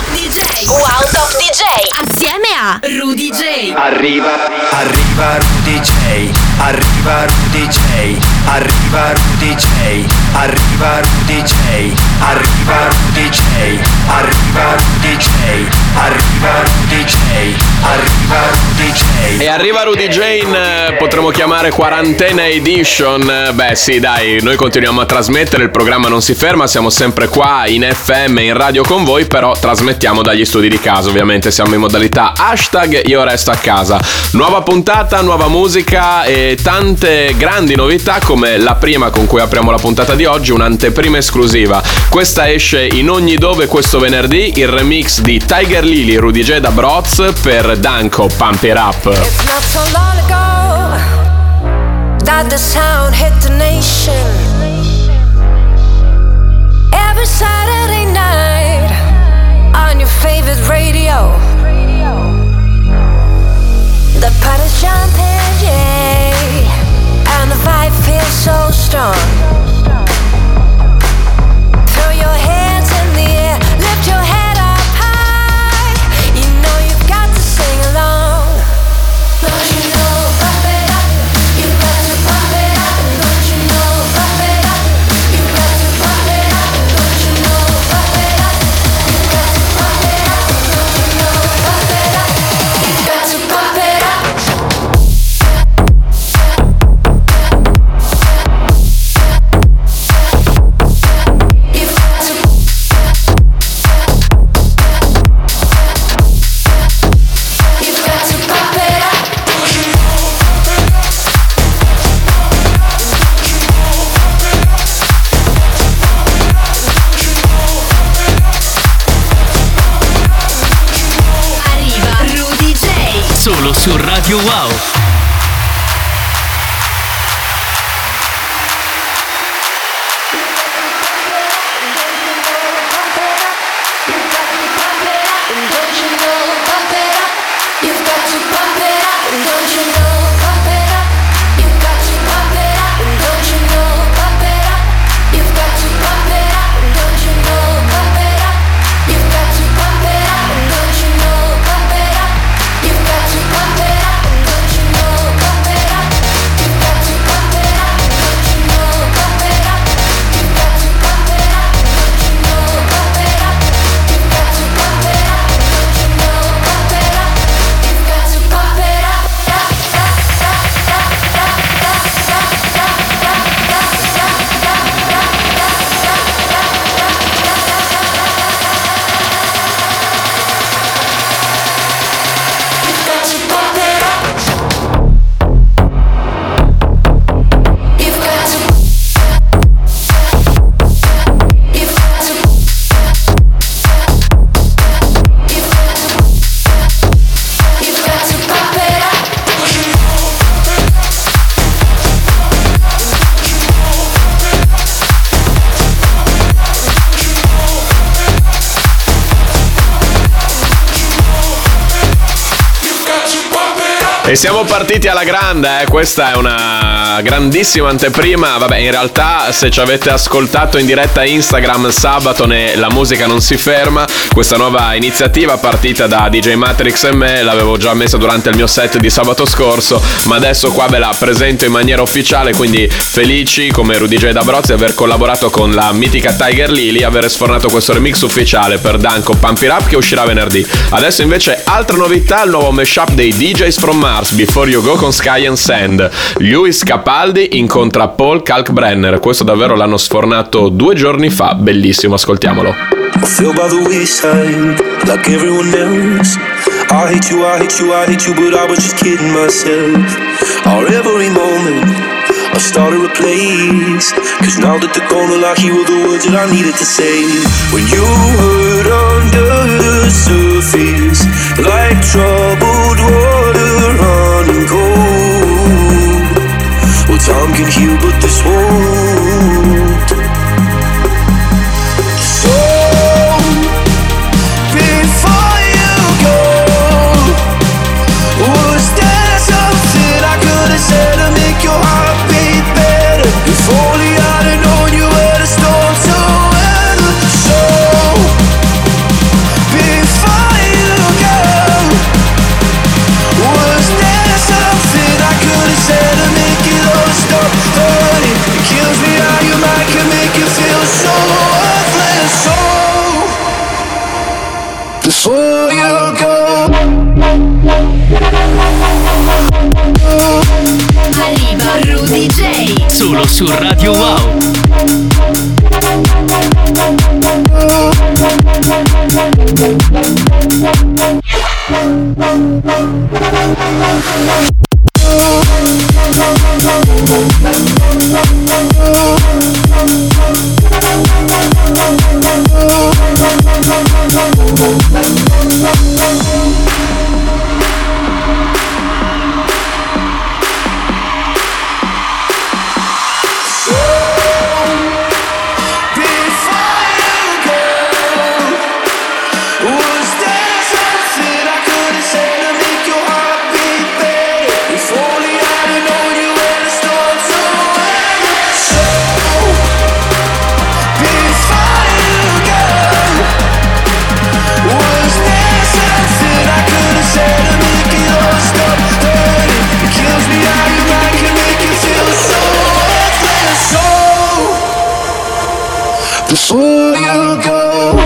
Top DJ. Wow Top DJ. Assieme a Rudy J. Arriva Rudy J. Arriva Rudy J. Arriva Rudy J. Arriva Rudy J. Arriva Rudy J. Arriva Rudy J. Arriva Rudy J. Arriva Rudy J. E arriva Rudy J, potremmo chiamare quarantena edition. Beh sì, dai, noi continuiamo a trasmettere, il programma non si ferma, siamo sempre qua in FM, in radio con voi, però trasmettiamo dagli studi di casa, ovviamente siamo in modalità hashtag io resto a casa. Nuova puntata, nuova musica e tante grandi novità, come la prima con cui apriamo la puntata di oggi, un'anteprima esclusiva. Questa esce in ogni dove questo venerdì, il remix di Tiger Lily, Rudy J da Broz per Danko, Pump It Up. It's not so long ago that the sound hit the nation. Every Saturday night on your favorite radio. The party's jumping, yeah, and the vibe feels so strong. Throw your hands in the air, lift your head up high. You know you've got to sing along. Don't you know, pump it up. You've got to pump it up. Don't you know, pump it up. You've got to pump it up. Don't you know, pump it up. You've got to pump it up. Don't you know, pump it up. You've got to pump it up. Solo su Radio Wow. E siamo partiti alla grande, questa è una grandissima anteprima. Vabbè, in realtà se ci avete ascoltato in diretta Instagram sabato la musica non si ferma. Questa nuova iniziativa partita da DJ Matrix e me, l'avevo già messa durante il mio set di sabato scorso, ma adesso qua ve la presento in maniera ufficiale, quindi felici come Rudy J da Broz di aver collaborato con la mitica Tiger Lily, aver sfornato questo remix ufficiale per Danko, Pump It Up, che uscirà venerdì. Adesso invece altra novità, il nuovo mashup dei DJs from Mars, Before You Go con Sky and Sand. Lewis Capaldi incontra Paul Kalkbrenner, questo davvero l'hanno sfornato 2 giorni fa, bellissimo, ascoltiamolo. I feel by the wayside, like everyone else. I hate you, but I was just kidding myself. Our every moment, I started a place. Cause now that they're gone, all I hear were the words that I needed to say. When you hurt under the surface, like troubled water running cold. Well, time can heal, but this won't. So before you go, was there something I could have said to make your heart beat better? If only I'd have known you were the storm to weather. So before you go. Arriva Rudy J. Solo su Radio Wow. Before you go.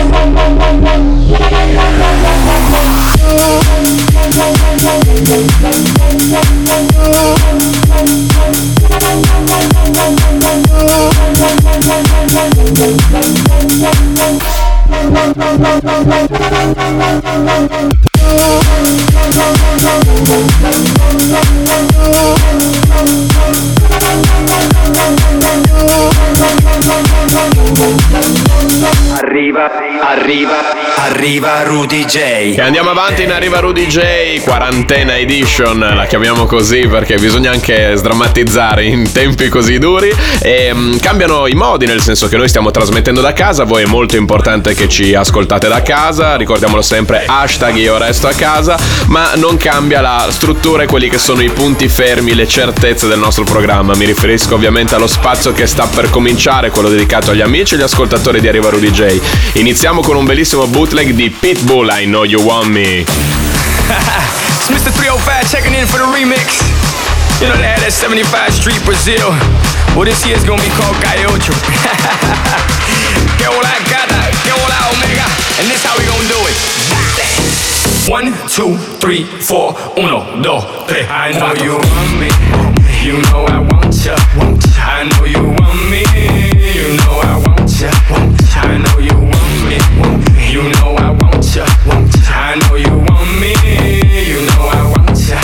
Arriva Rudy J. E andiamo avanti in Arriva Rudy J, quarantena edition, la chiamiamo così perché bisogna anche sdrammatizzare in tempi così duri. E cambiano i modi, nel senso che noi stiamo trasmettendo da casa, voi è molto importante che ci ascoltate da casa, ricordiamolo sempre, hashtag io resto a casa, ma non cambia la struttura e quelli che sono i punti fermi, le certezze del nostro programma. Mi riferisco ovviamente allo spazio che sta per cominciare, quello dedicato agli amici e agli ascoltatori di Arriva Rudy J. Iniziamo con un bellissimo bootleg di Pitbull, I Know You Want Me. It's Mr. 305 checking in for the remix. You know they had that 75 Street Brazil. Well, this year's gonna be called Calle Ocho. Que hola gata, que hola omega. And this how we gonna do it. 1, 2, 3, 4, 1, 2, 3. I know you want me. You know I want ya. I know you want me. You know I want ya. I know you want me. You know I want ya. I know you want me. You know I want ya.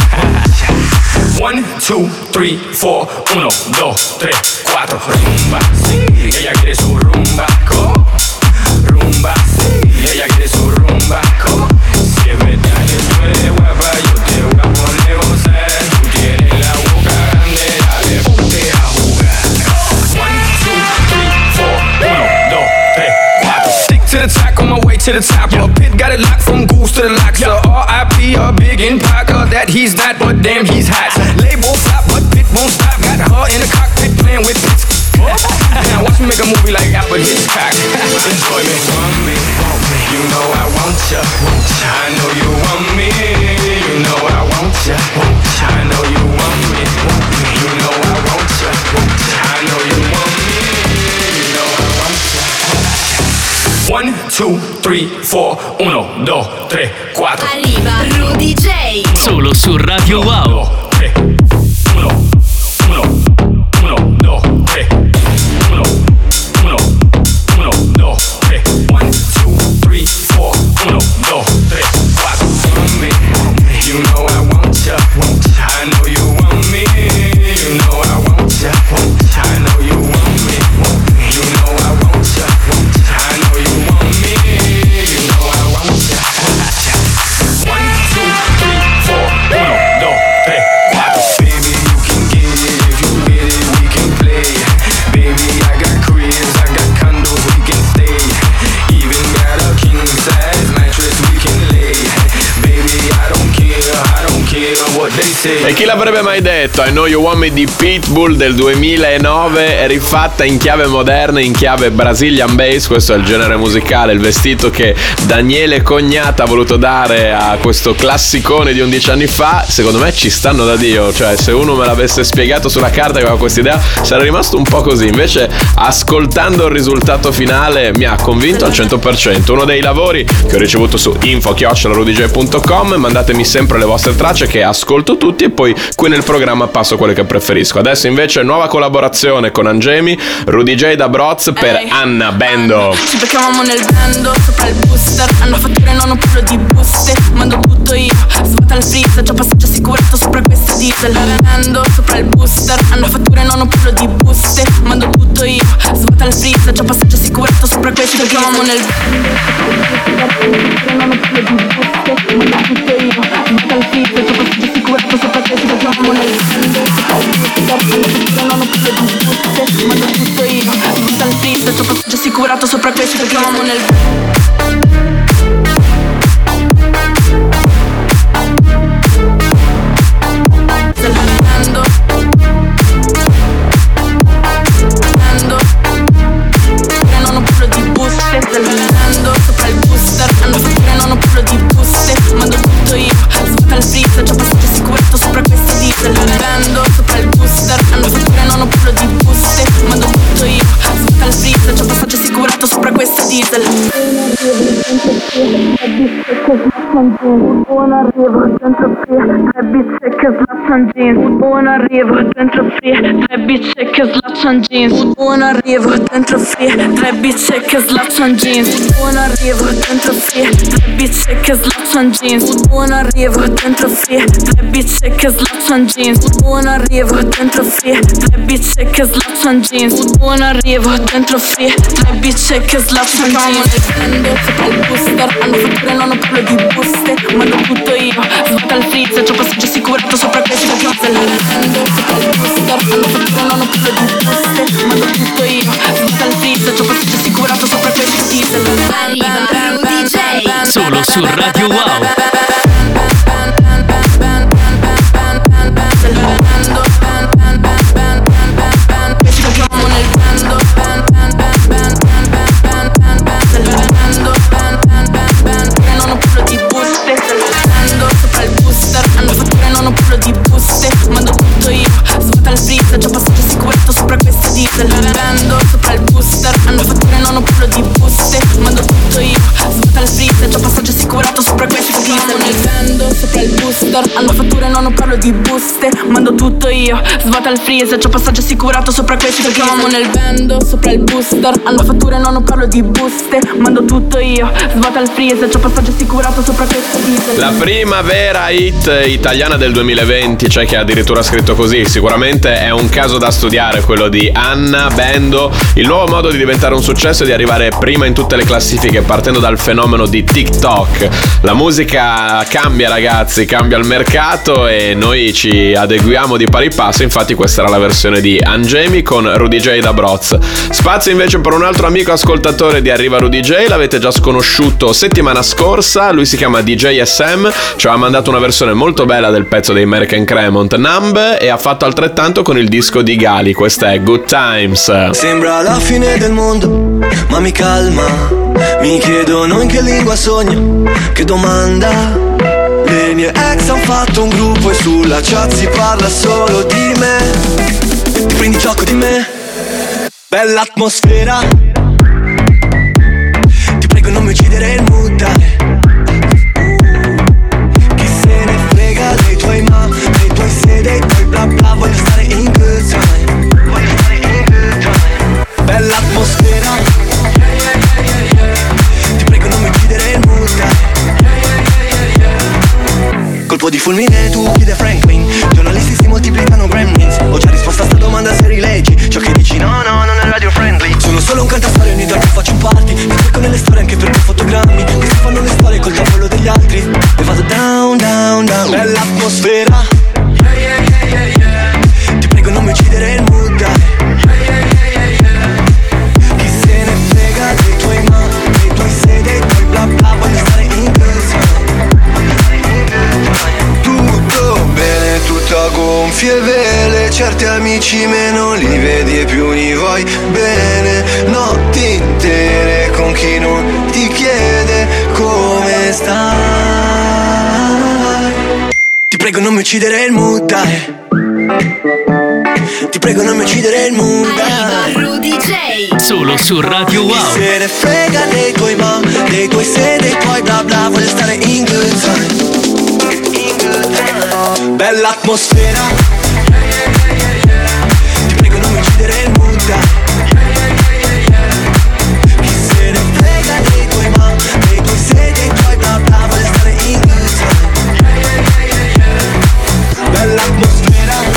1, 2, 3, 4, 1, 2, 3, 4. Rumba, sí, ella quiere su rumba, rumba, sí, ella quiere su rumba, si es verdad que tú eres guapa, yo te voy a poner gozar. Tú tienes la boca grande, dale, ponte a jugar. 1, 2, 3, 4, 1, 2, 3, 4. Stick to the track on my way to the top. Pit got it locked from goose to the lock. So R.I.P. a big in Parker that he's not, but damn he's hot. Label flop, but Pit won't stop. Got her in the cockpit playing with Pits. Now watch me make a movie like Alfred Hitchcock. Enjoy me. You know I want ya. I know you want me. You know I want ya. I know you want me. You know I want ya. I know you want me. You know I want ya. 1, 2, 3, 4, 1, 2, 3, 4. Arriva Rudy J. Solo su Radio Wow. 1, 2, 3. 1, 2, 3. 1, 2, 3, 4. 1, 2, 3, 4. Want me? You know I want ya. I know you want me. You know I want ya. I know you want me. You know I want ya. I know you want me. You know I want ya. 1, 2, 3, 4. 1, 2, 3. E chi l'avrebbe mai detto? I Know You Want Me di Pitbull del 2009 rifatta in chiave moderna, in chiave Brazilian bass. Questo è il genere musicale, il vestito che Daniele Cognata ha voluto dare a questo classicone di 11 anni fa. Secondo me ci stanno da Dio, cioè se uno me l'avesse spiegato sulla carta che aveva questa idea sarei rimasto un po' così. Invece ascoltando il risultato finale mi ha convinto al 100%. Uno dei lavori che ho ricevuto su info@rudj.com. Mandatemi sempre le vostre tracce che ascolto tutti e poi qui nel programma passo quelle che preferisco. Adesso invece nuova collaborazione con Angemi, Rudy J da Broz per Anna Bendo. Ci beccavamo nel bando, sopra il booster. Hanno fatture, non ho parlo di buste. Mando tutto io, svuota il freezer. Già passaggio assicurato sopra questa diesel. Bando, sopra il booster. Hanno fatture, non ho parlo di buste. Mando tutto io, svuota il freezer. Già passaggio assicurato sopra questa diesel. Ci beccavamo nel non ho parlo di buste. Mando tutto io, svuota il freezer. Già passaggio assicurato sopra questa diesel. Ci beccavamo nel non ho parlo di buste. Mando tutto io, svuota il freezer. Già passaggio assicurato sopra questa. Ci beccavamo nel non ho parlo di buste. Sopra il booster. Hanno fatture, non ho parlo di buste. Mando tutto io, svuota il freezer. Già passaggio assicurato sopra questa diesel. Sopra il booster. Hanno fatture, non ho parlo di buste. Mando tutto io, svuota il freezer. Già passaggio assicurato sopra questa diesel. Buon arrivo dentro free, 3 bizze che slaccian jeans. Buon arrivo dentro free, 3 bizze che slaccian jeans. Buon arrivo dentro free, 3 bizze che slaccian jeans. Buon arrivo dentro free, 3 bizze che slaccian jeans. Buon arrivo dentro free, 3 bizze che slaccian jeans. Buon arrivo dentro free, 3 bizze che slaccian jeans. Buon arrivo dentro free, 3 bizze che slaccian jeans. Sopra il booster, hanno fatture, non ho parlo di buste. Mando tutto io, svuota il freezer. C'ho passaggio assicurato sopra questa diesel. Sopra il booster, hanno fatture, non ho parlo di buste. Mando tutto io, svuota il freezer. C'ho passaggio assicurato sopra questa diesel. Arriva Rudy J. Solo su Radio Wow. Già passaggio assicurato sopra questa diesel. Sopra il booster. Hanno fatture, non ho parlo di buste. Mando tutto io, svuota il freezer. Già passaggio assicurato sopra questa diesel. Sopra il booster. Hanno fatture, non ho parlo di buste. Mando tutto io, svuota il freezer. Già passaggio assicurato sopra questa diesel. Chiamamo nel bando, sopra il booster. Hanno fatture, non ho parlo di buste. Mando tutto io, svuota il freezer. Già passaggio assicurato sopra questa diesel. La prima vera hit italiana del 2020, c'è chi ha addirittura scritto così. Sicuramente è un caso da studiare quello di Anna Bendo. Il nuovo modo di diventare un successo è di arrivare prima in tutte le classifiche partendo dal fenomeno di TikTok. La musica cambia, ragazzi, cambia il mercato e noi ci adeguiamo di pari passo. Infatti questa era la versione di Angemi con Rudy J da Broz. Spazio invece per un altro amico ascoltatore di Arriva Rudy J. L'avete già sconosciuto settimana scorsa. Lui si chiama DJ SM, ci ha mandato una versione molto bella del pezzo dei American Cremont, Numb, e ha fatto altrettanto con il disco di Gali. Questa è Good Times. Sembra la fine del mondo, ma mi calma. Mi chiedono in che lingua sogno, che domanda. Le mie ex han fatto un gruppo e sulla chat si parla solo di me. Ti prendi gioco di me? Bella atmosfera. Ti prego non mi uccidere il mood, dai. Chi se ne frega dei tuoi ma, dei tuoi se, dei tuoi bla bla. Voglio stare in good time. Voglio stare in good time. Bella atmosfera. Ti prego non mi uccidere il mood, dai. Colpo di fulmine, tu chiede Franklin. Giornalisti si moltiplicano gremlins. Ho già risposto a sta domanda se rileggi ciò che dici, no, no, non è radio friendly. Sono solo un cantastorie, ogni tanto faccio un party. Mi cerco nelle storie anche per i fotogrammi. Che si fanno le storie col tavolo degli altri. E vado down, down, down. Bella atmosfera. Ti prego non mi uccidere il mood, dai. Chi se ne frega dei tuoi ma, dei tuoi se, dei tuoi bla bla. Voglio stare in good time. Tutto bene, tutto cuffie e vele, certi amici me non li vedi e più li vuoi bene. Notti intere con chi non ti chiede come stai. Ti prego non mi uccidere il mood, dai. Ti prego non mi uccidere il mood, dai. Rudy J. Solo su Radio Wow. Chi se ne frega dei tuoi ma, dei tuoi se, dei tuoi bla bla. Voglio stare in good time, in good time. Bella atmosfera. Ti prego non mi uccidere il mood, dai. Chi se ne frega dei tuoi ma, dei tuoi se, dei tuoi bla bla. Voglio stare in good time. Bella atmosfera.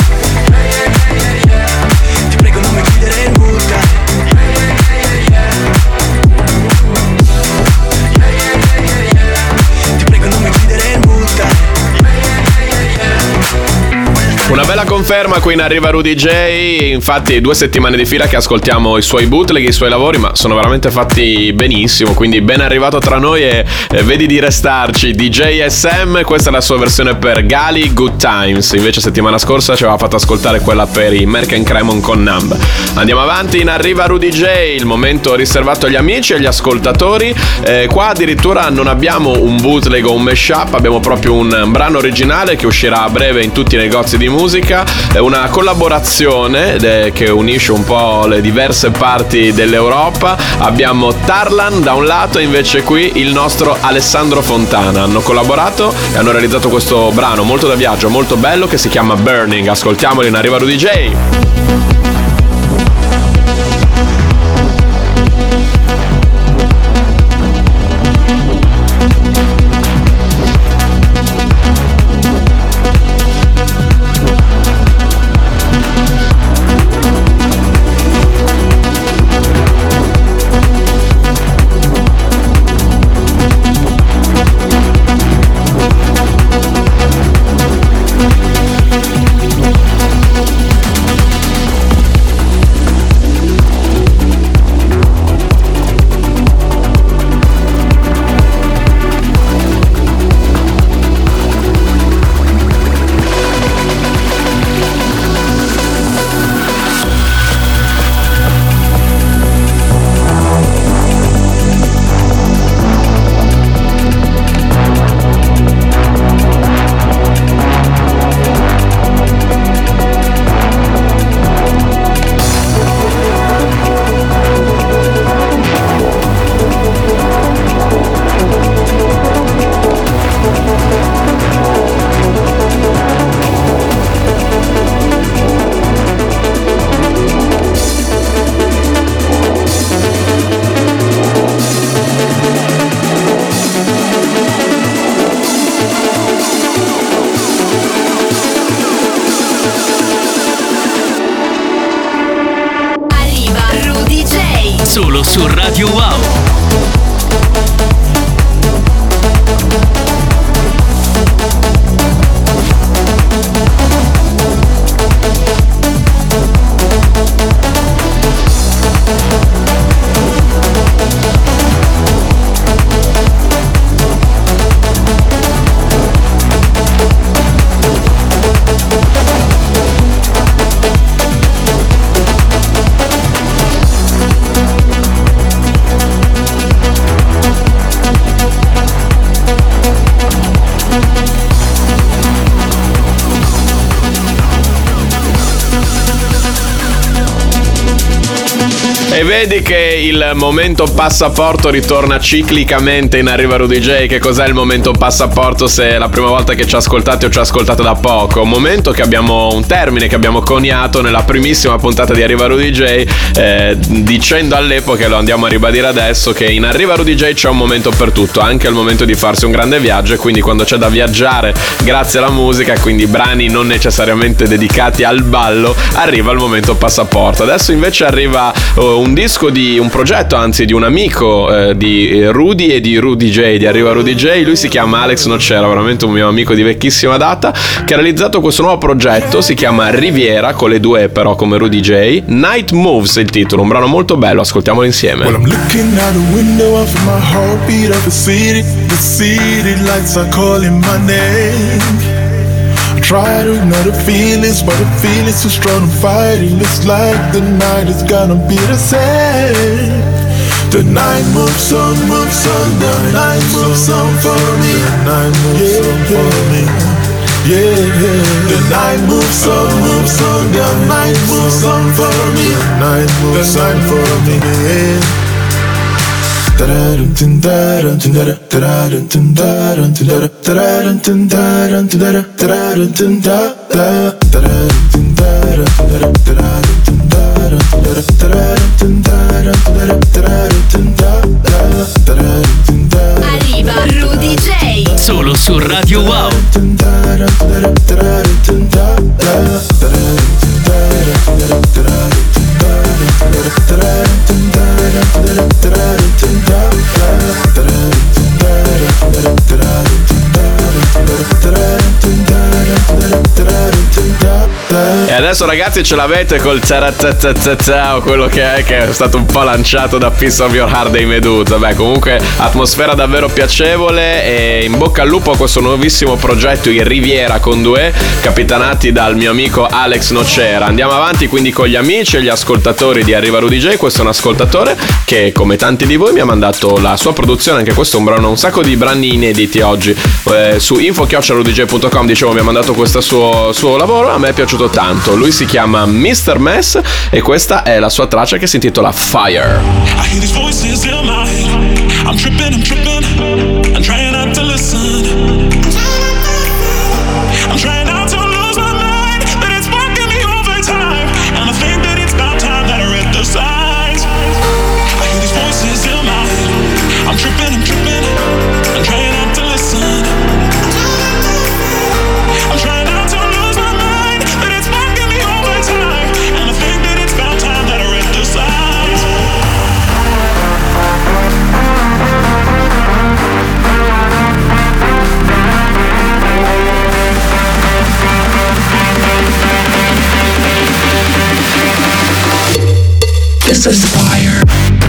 Ti prego non mi uccidere il mood, dai. Ti prego non mi uccidere il mood, dai. Una bella conferma qui in Arriva Rudy J. Infatti 2 settimane di fila che ascoltiamo i suoi bootleg, i suoi lavori, ma sono veramente fatti benissimo. Quindi ben arrivato tra noi e vedi di restarci. DJ SM, questa è la sua versione per Gali, Good Times. Invece settimana scorsa ci aveva fatto ascoltare quella per i Merck & Cremon con Numb. Andiamo avanti in Arriva Rudy J, il momento riservato agli amici e agli ascoltatori. Qua addirittura non abbiamo un bootleg o un mashup, abbiamo proprio un brano originale che uscirà a breve in tutti i negozi di musica. È una collaborazione che unisce un po' le diverse parti dell'Europa. Abbiamo Tarlan da un lato e invece qui il nostro Alessandro Fontana. Hanno collaborato e hanno realizzato questo brano molto da viaggio, molto bello, che si chiama Burning. Ascoltiamolo in Arriva Rudy J. Solo su Radio Wow. E vedi che il momento passaporto ritorna ciclicamente in Arriva Rudy J. Che cos'è il momento passaporto se è la prima volta che ci ascoltate o ci ascoltate da poco? Un momento che abbiamo, un termine che abbiamo coniato nella primissima puntata di Arriva Rudy J, dicendo all'epoca, e lo andiamo a ribadire adesso, che in Arriva Rudy J c'è un momento per tutto, anche il momento di farsi un grande viaggio. E quindi quando c'è da viaggiare grazie alla musica, quindi brani non necessariamente dedicati al ballo, arriva il momento passaporto. Adesso invece arriva un disco di un progetto, anzi di un amico di Rudy e di Rudy J, di Arriva Rudy J. Lui si chiama Alex Nocera, veramente un mio amico di vecchissima data, che ha realizzato questo nuovo progetto, si chiama Riviera, con le due però come Rudy J. Night Moves è il titolo, un brano molto bello, ascoltiamolo insieme. Well, I'm looking out the window, I feel my heartbeat of the city lights are calling my name. try to ignore the feelings, but the feeling's too strong to fight. It looks like the night is gonna be the same. The night moves on, the night moves on for me. The night moves on for me. Yeah, the night moves on, the night moves on for me. The night moves on for me. Arriva Rudy J. Solo su Radio Wow. E adesso ragazzi ce l'avete col taratatata o quello che è stato un po' lanciato da Piece of Your Heart dei Medusa. Beh, comunque atmosfera davvero piacevole e in bocca al lupo a questo nuovissimo progetto in Riviera con due, capitanati dal mio amico Alex Nocera. Andiamo avanti quindi con gli amici e gli ascoltatori di Arriva Rudy J. Questo è un ascoltatore che, come tanti di voi, mi ha mandato la sua produzione. Anche questo è un brano, un sacco di brani inediti oggi. Su info@rudj.com, dicevo, mi ha mandato questo suo lavoro. A me è piaciuto tanto. Lui si chiama Mr. Mess e questa è la sua traccia che si intitola Fire. I hear these voices in my head. I'm tripping, I'm trying not to listen. I'm trying not to lose my mind, but it's fucking me over time. And I think that it's about time that I read the signs. I hear these voices in my head. I'm tripping, I'm trying not to listen. I'm trying not to lose my mind, but it's fucking me over time. And I think that it's about time that I read the signs. This is fire.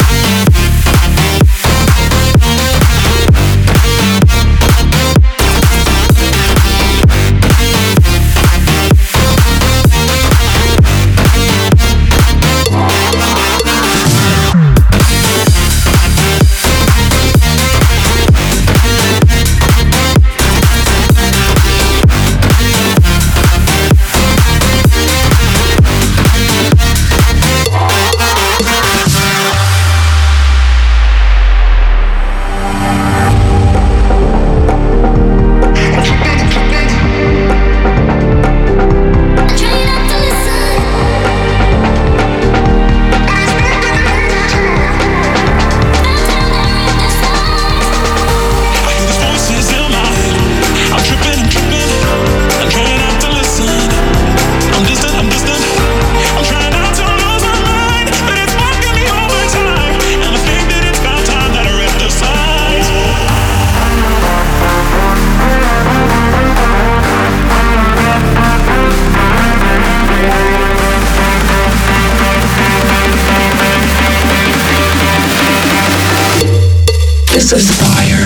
This is fire.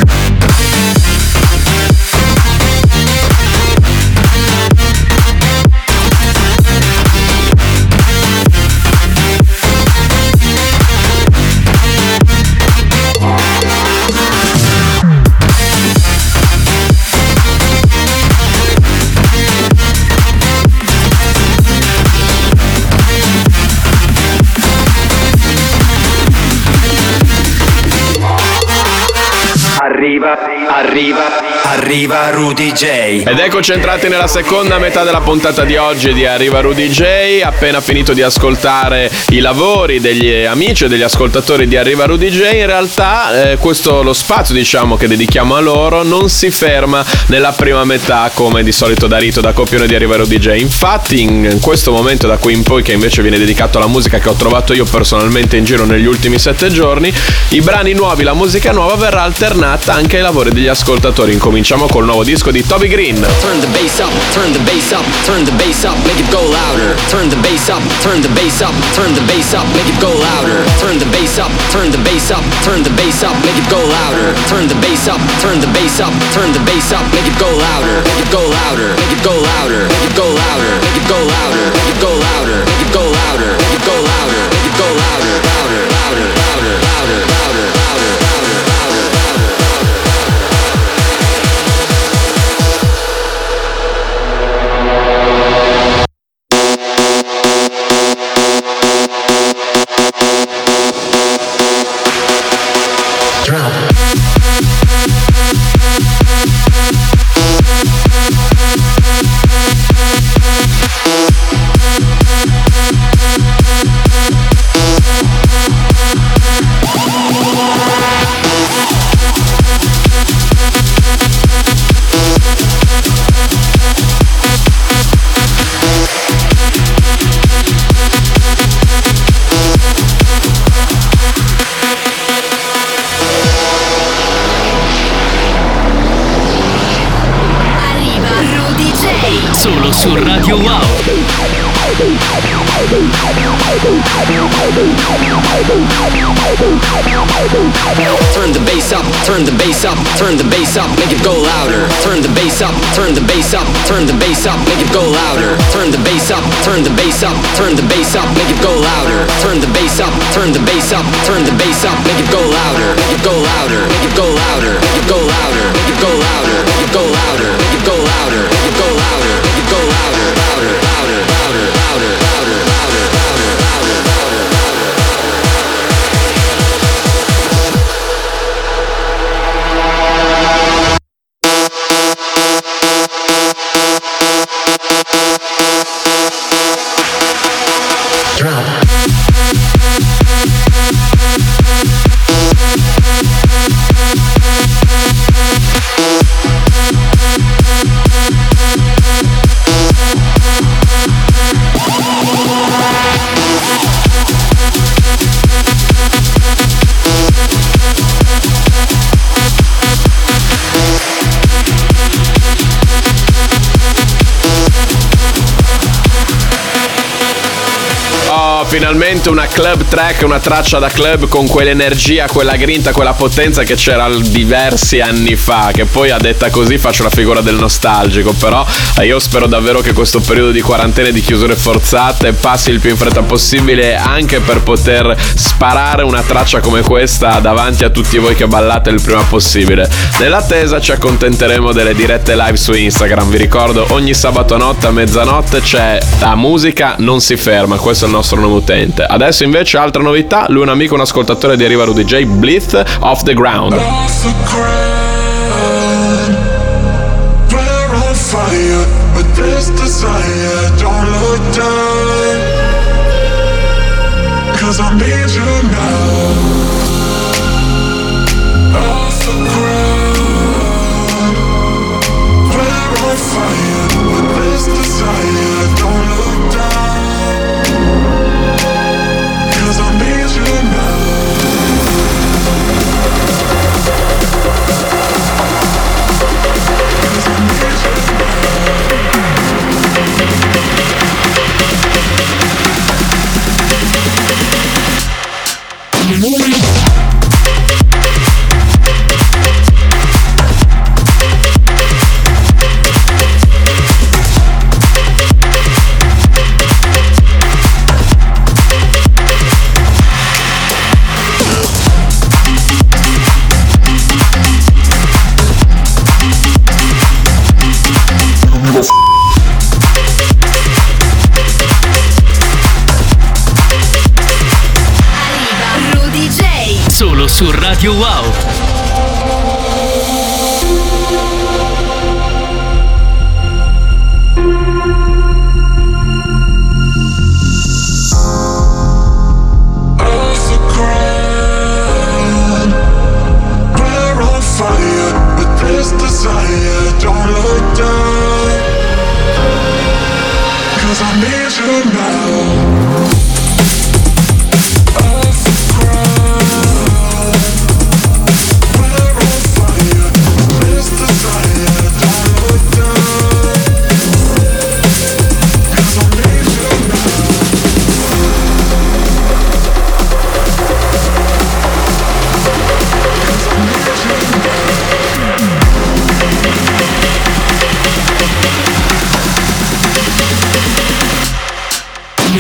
Arriva Rudy J. Ed eccoci entrati nella seconda metà della puntata di oggi di Arriva Rudy J. Appena finito di ascoltare i lavori degli amici e degli ascoltatori di Arriva Rudy J, in realtà lo spazio, diciamo, che dedichiamo a loro non si ferma nella prima metà come di solito da rito, da copione di Arriva Rudy J. Infatti in questo momento da qui in poi, che invece viene dedicato alla musica che ho trovato io personalmente in giro negli ultimi 7 giorni, i brani nuovi, la musica nuova verrà alternata anche ai lavori degli ascoltatori ascoltatori. Incominciamo col nuovo disco di Toby Green. Turn the bass up, turn the bass up, turn the bass up, make it go louder. Turn the bass up, turn the bass up, turn the bass up, make it go louder. Turn the bass up, turn the bass up, turn the bass up, make it go louder. Turn the bass up, turn the bass up, turn the bass up, make it go louder. Make it go louder, make it go louder, make it go louder, make it go louder, make it go louder, make it go louder, make it go louder, make it go louder, louder, louder, louder, louder, louder, louder, louder, louder, louder. Solo su Radio Wow. Turn the bass up, turn the bass up, turn the bass up, make it go louder. Turn the bass up, turn the bass up, turn the bass up, make it go louder. Turn the bass up, turn the bass up, turn the bass up, make it go louder. Turn the bass up, turn the bass up, turn the bass up, make it go louder. Make it go louder, make it go louder, make it go louder, make it go louder, make it go louder, make it go louder, make it go louder, make it go louder, louder, louder, louder, louder, louder, louder, louder, louder, louder, louder. Finalmente una club track, una traccia da club con quell'energia, quella grinta, quella potenza che c'era diversi anni fa, che poi a detta così faccio la figura del nostalgico, però io spero davvero che questo periodo di quarantena e di chiusure forzate passi il più in fretta possibile, anche per poter sparare una traccia come questa davanti a tutti voi che ballate il prima possibile. Nell'attesa ci accontenteremo delle dirette live su Instagram. Vi ricordo, ogni sabato notte a mezzanotte c'è la musica, non si ferma, questo è il nostro nome utente. Adesso invece altra novità, lui è un amico, un ascoltatore di Arriva Rudy J, Blith, Off the Ground. Solo su Radio Wow.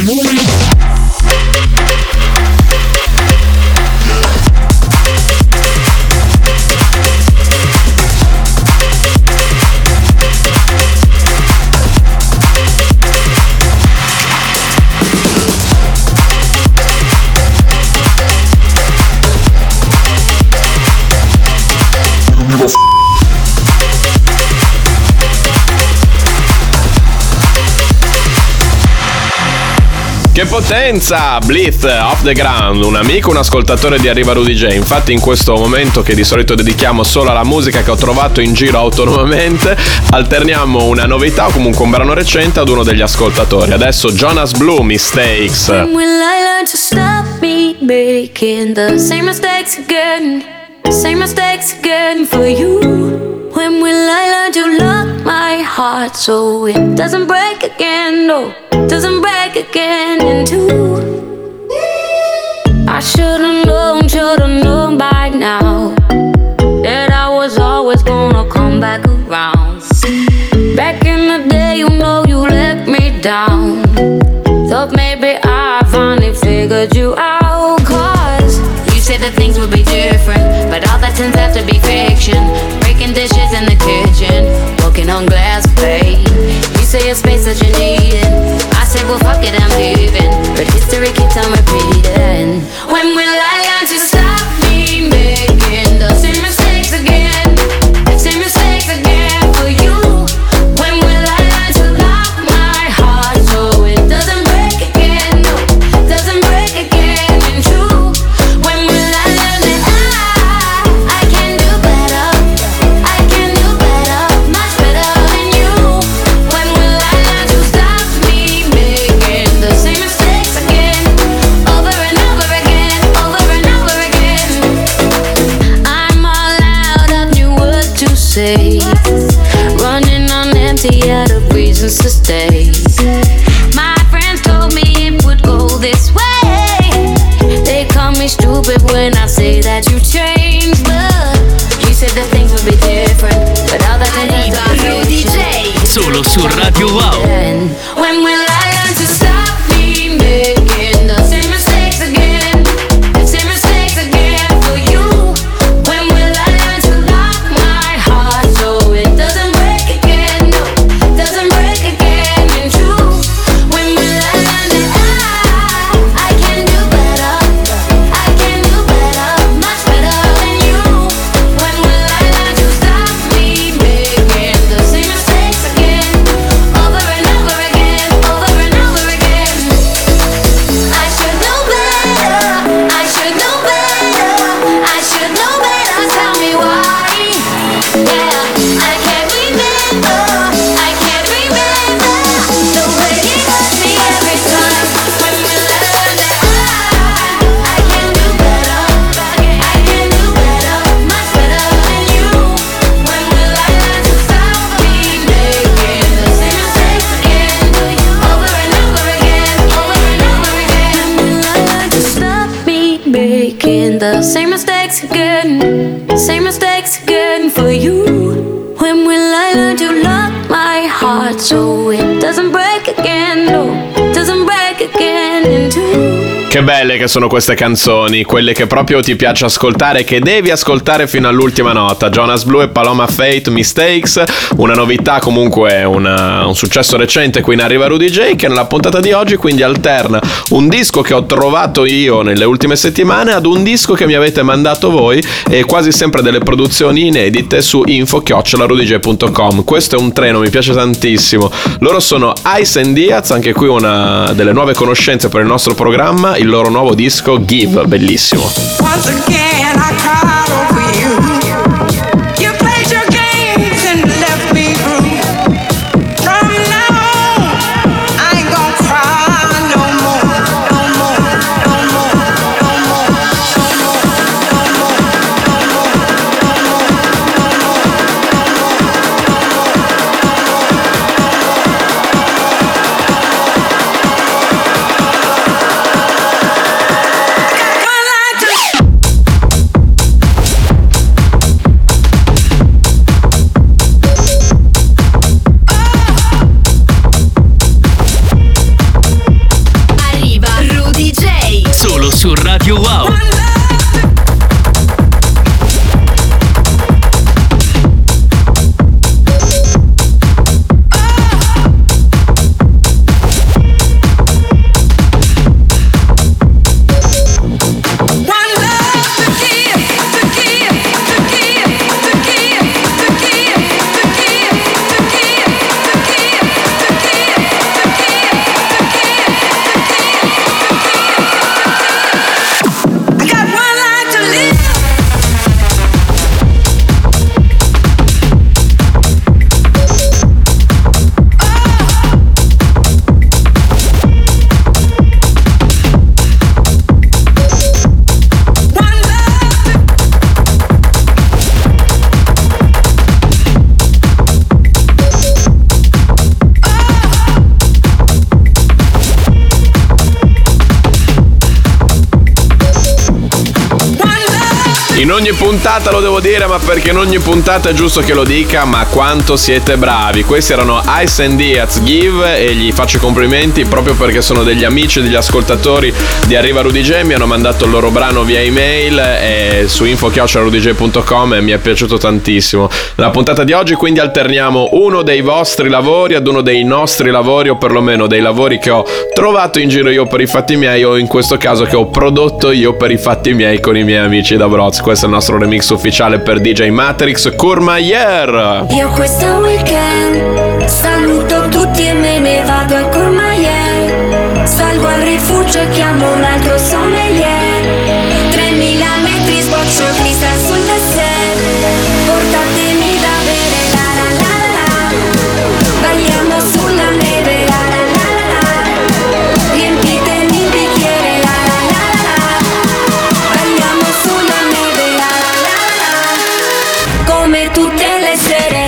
Che potenza! Blith, Off the Ground, un amico, un ascoltatore di Arriva Rudy J. Infatti in questo momento, che di solito dedichiamo solo alla musica che ho trovato in giro autonomamente, alterniamo una novità o comunque un brano recente ad uno degli ascoltatori. Adesso Jonas Blue, Mistakes. When will I learn to stop me making the same mistakes again? Same mistakes again for you. When will I learn to lock my heart so it doesn't break again? No, doesn't break again in two. I should've known by now that I was always gonna come back around. Back in the day, you know you let me down. Thought maybe I finally figured you out. Cause you said that things would be different, but all that turns out to be fiction. Breaking dishes in the kitchen, walking on glass plate. You say a space that you needed, I said well fuck it, I'm leaving. But history keeps on repeating. When will I learn to stop me making the same mistakes again? Same mistakes again for you. When will I learn to lock my heart so it doesn't break again? No, doesn't break again in true. When will I learn that I can do better? I can do better, much better than you. When will I learn to stop me making the same mistakes again? Over and over again, over and over again. I'm all out of new words to say, running on empty out of reasons to stay. My friends told me it would go this way. They call me stupid when I say that you changed, but you said that things would be different. But all that Arriva Rudy J. Solo su Radio Wow. When will I learn to stop me making the same mistakes again? Same mistakes again for you. When will I learn to lock my heart so it doesn't break again? No, doesn't break again in true. When will I learn that I can do better? I can do better, much better than you. When will I learn to stop me making the same mistakes again? Over and over again, over and over again. I should know better, I should know better, I should know better, tell me why. Yeah, I can't remember the way you hurt me every time. When will I learn that I can do better? I can do better, much better than you. When will I learn to stop me making the same mistakes again? Over and over again, over and over again. When will I learn to stop me making the same mistakes again? Same mistakes again for you. When will I learn to lock my heart so it doesn't break again? No, doesn't break again in two. Che belle che sono queste canzoni, quelle che proprio ti piace ascoltare, che devi ascoltare fino all'ultima nota. Jonas Blue e Paloma Faith, Mistakes, una novità, comunque un successo recente qui in Arriva Rudy J, che nella puntata di oggi quindi alterna un disco che ho trovato io nelle ultime settimane ad un disco che mi avete mandato voi, e quasi sempre delle produzioni inedite su info@rudyj.com. Questo è un treno, mi piace tantissimo. Loro sono Ice and Diaz, anche qui una delle nuove conoscenze per il nostro programma. Il loro nuovo disco Give, bellissimo. Once again I cried over you. You played your games and left me through. From now on, I ain't gonna cry no more, no more, no more, no more, no more, no more, ogni puntata lo devo dire, ma perché in ogni puntata è giusto che lo dica, ma quanto siete bravi. Questi erano Ice and Diaz Give e gli faccio i complimenti proprio perché sono degli amici e degli ascoltatori di Arriva Rudy J. Mi hanno mandato il loro brano via email e su info@rudj.com e mi è piaciuto tantissimo. Nella puntata di oggi quindi alterniamo uno dei vostri lavori ad uno dei nostri lavori, o perlomeno dei lavori che ho trovato in giro io per i fatti miei, o in questo caso che ho prodotto io per i fatti miei con i miei amici da Broz. Questo è il nostro remix ufficiale per DJ Matrix, Courmayeur. Io questo weekend saluto tutti e me ne vado a Courmayeur. Salgo al rifugio e chiamo un altro sommelier. 3000 metri sboccio cristal sul dessert. Portatemi da bere, la la la la. Balliamo sulla neve, la la la la. Riempitemi il bicchiere, la la la la. Balliamo sulla neve, la la la la. Come tutte le sere.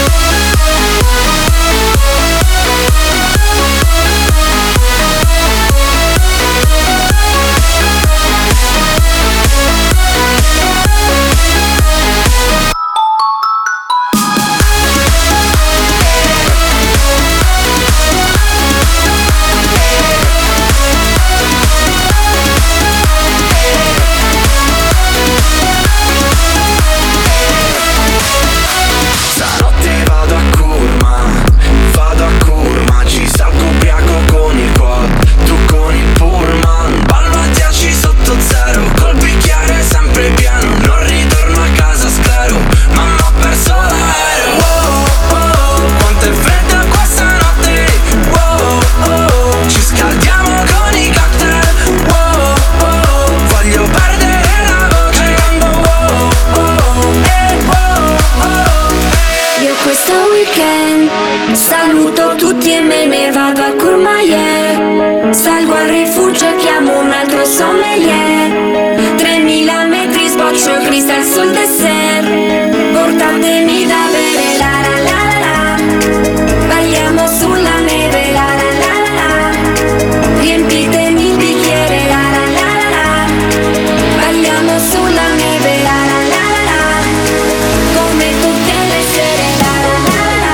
Saluto tutti e me ne vado a Courmayeur. Salgo al rifugio e chiamo un altro sommelier. 3000 metri sboccio cristal sul dessert. Portatemi da bere, la la la la. Balliamo sulla neve, la la la la. Riempitemi il bicchiere, la la la la. Balliamo sulla neve, la la la la. Come tutte le sere, la la la la.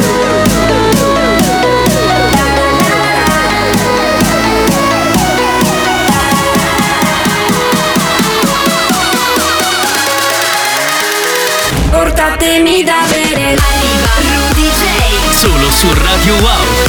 Portatemi da bere. Arriva Rudy J. Solo su Radio Wow.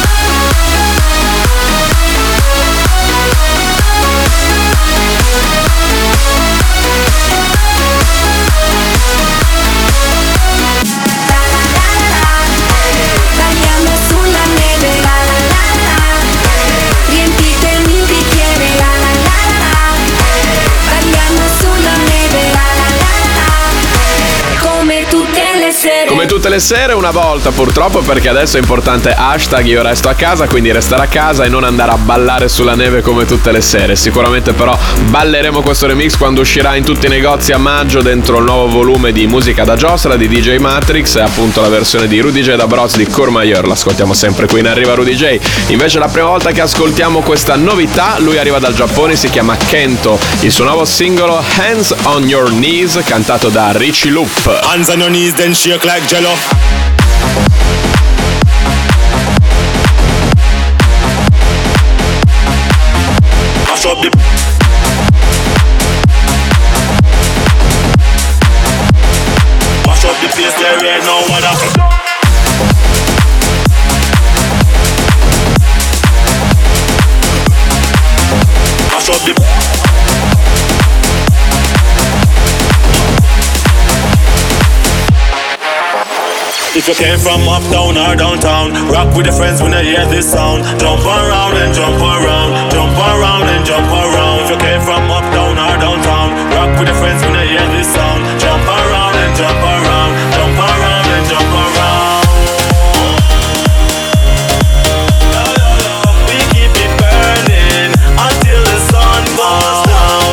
Balliamo sulla neve, la la la la. Riempitemi il bicchiere, la la la la. Balliamo sulla neve, la la la la. Come tutte le sere. Come tutte le sere, una volta purtroppo, perché adesso è importante hashtag io resto a casa, quindi restare a casa e non andare a ballare sulla neve come tutte le sere. Sicuramente però balleremo questo remix quando uscirà in tutti i negozi a maggio dentro il nuovo volume di musica da giostra di DJ Matrix e appunto la versione di Rudy J da Broz di Courmayeur. L'ascoltiamo sempre qui in Arriva Rudy J. Invece la prima volta che ascoltiamo questa novità, lui arriva dal Giappone, si chiama Kento. Il suo nuovo singolo Hands on Your Knees, cantato da Richie Loop. Hands on your knees, then shake like jello. Mash up the place, there ain't no other. Mash up the If you came from uptown or downtown, rock with your friends when you hear this sound. Jump around and jump around, jump around and jump around. If you came from uptown or downtown, rock with your friends when you hear this sound. Jump around and jump around, jump around and jump around. We keep it burning until the sun goes down.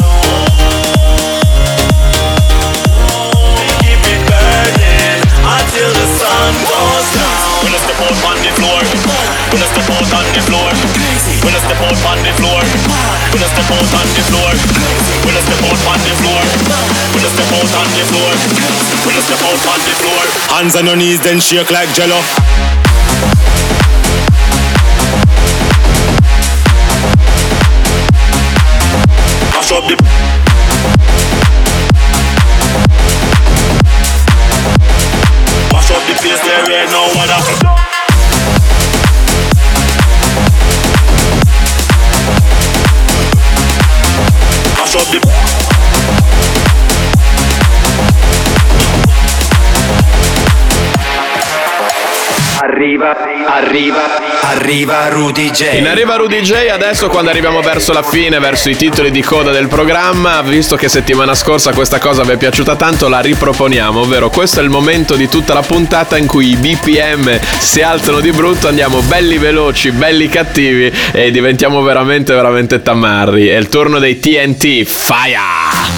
We keep it burning until the sun goes down. When I step out on the floor, when I step out on the floor, When I step out on the floor, when I step out on the floor, when I step out on the floor, when I step out on the floor, when I step out on the floor. Hands on your knees, then shake like Jello. Mash up the. Mash up the place, there ain't no other. Arriva Rudy J. In arriva Rudy J adesso, quando arriviamo verso la fine, verso i titoli di coda del programma. Visto che settimana scorsa questa cosa vi è piaciuta tanto, la riproponiamo, ovvero questo è il momento di tutta la puntata in cui i BPM si alzano di brutto, andiamo belli veloci, belli cattivi e diventiamo veramente veramente tamarri. È il turno dei TNT Fire.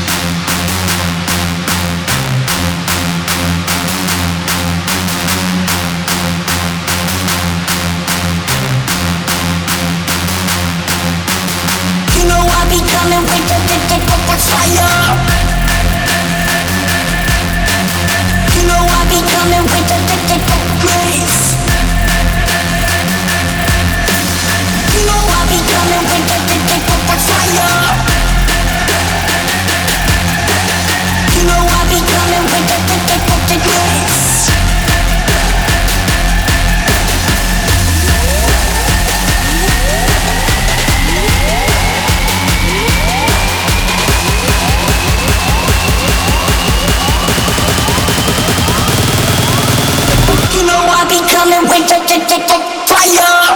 Coming with the fire. You know I be coming with the grace. You know I be coming with the fire. You know I be coming with the grace. Coming with the fire.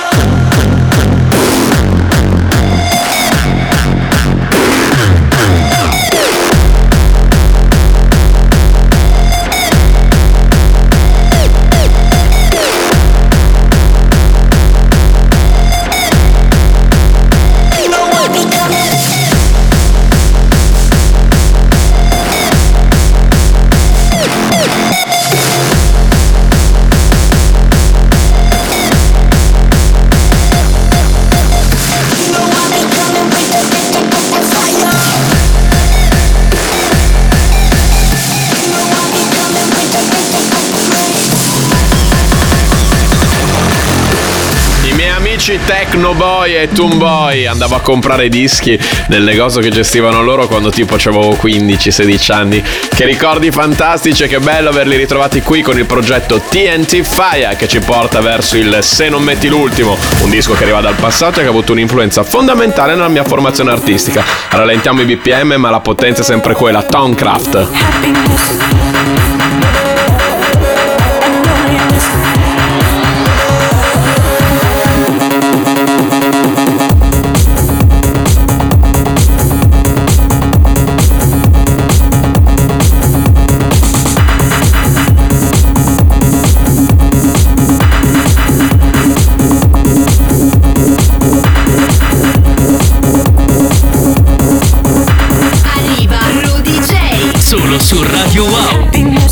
Techno Boy e Toon Boy, andavo a comprare dischi nel negozio che gestivano loro quando tipo avevo 15-16 anni. Che ricordi fantastici e che bello averli ritrovati qui con il progetto TNT Fire, che ci porta verso il Se non metti l'ultimo, un disco che arriva dal passato e che ha avuto un'influenza fondamentale nella mia formazione artistica. Rallentiamo i BPM, ma la potenza è sempre quella, Towncraft. Solo su Radio Wow.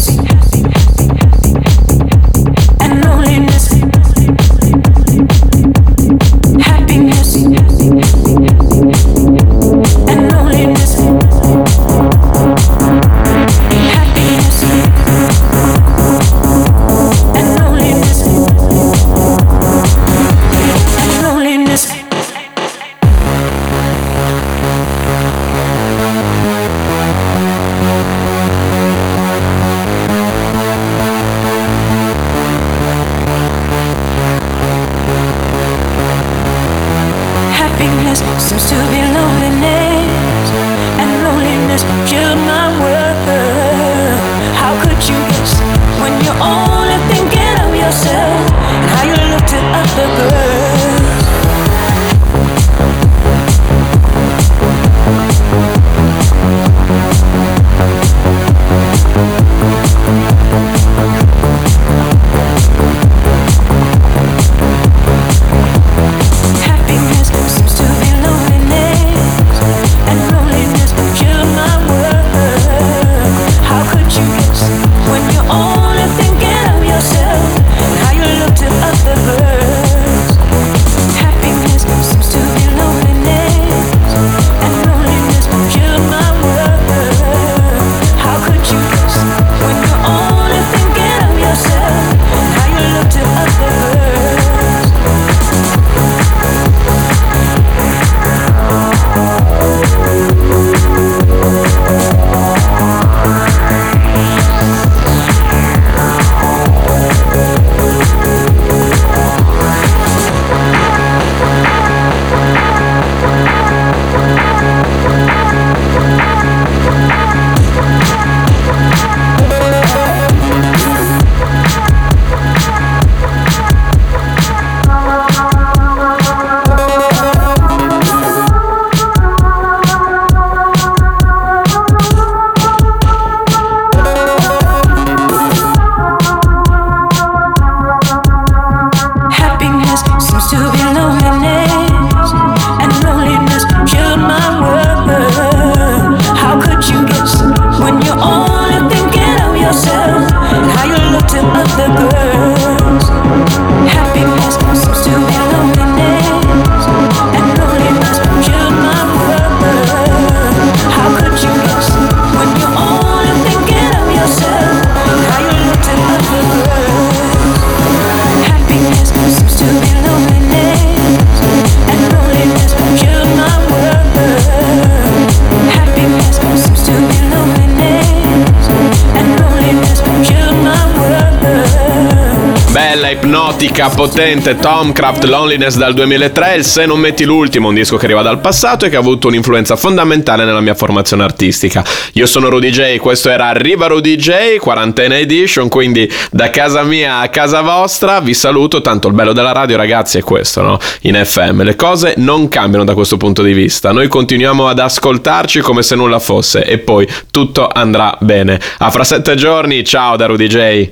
other girls. Happiness seems to be loneliness, and loneliness killed my world. How could you guess when you're only thinking of yourself? How you looked at other girls. Happiness seems to be loneliness, and loneliness killed my world. Happiness seems to be loneliness, and loneliness killed my world. Bella, ipnotica, potente, Tomcraft, Loneliness dal 2003, il Se non metti l'ultimo, un disco che arriva dal passato e che ha avuto un'influenza fondamentale nella mia formazione artistica. Io sono Rudy J, questo era Arriva Rudy J, quarantena edition, quindi da casa mia a casa vostra vi saluto, tanto il bello della radio ragazzi è questo, no? In FM le cose non cambiano da questo punto di vista, noi continuiamo ad ascoltarci come se nulla fosse e poi tutto andrà bene. A fra 7 giorni, ciao da Rudy J.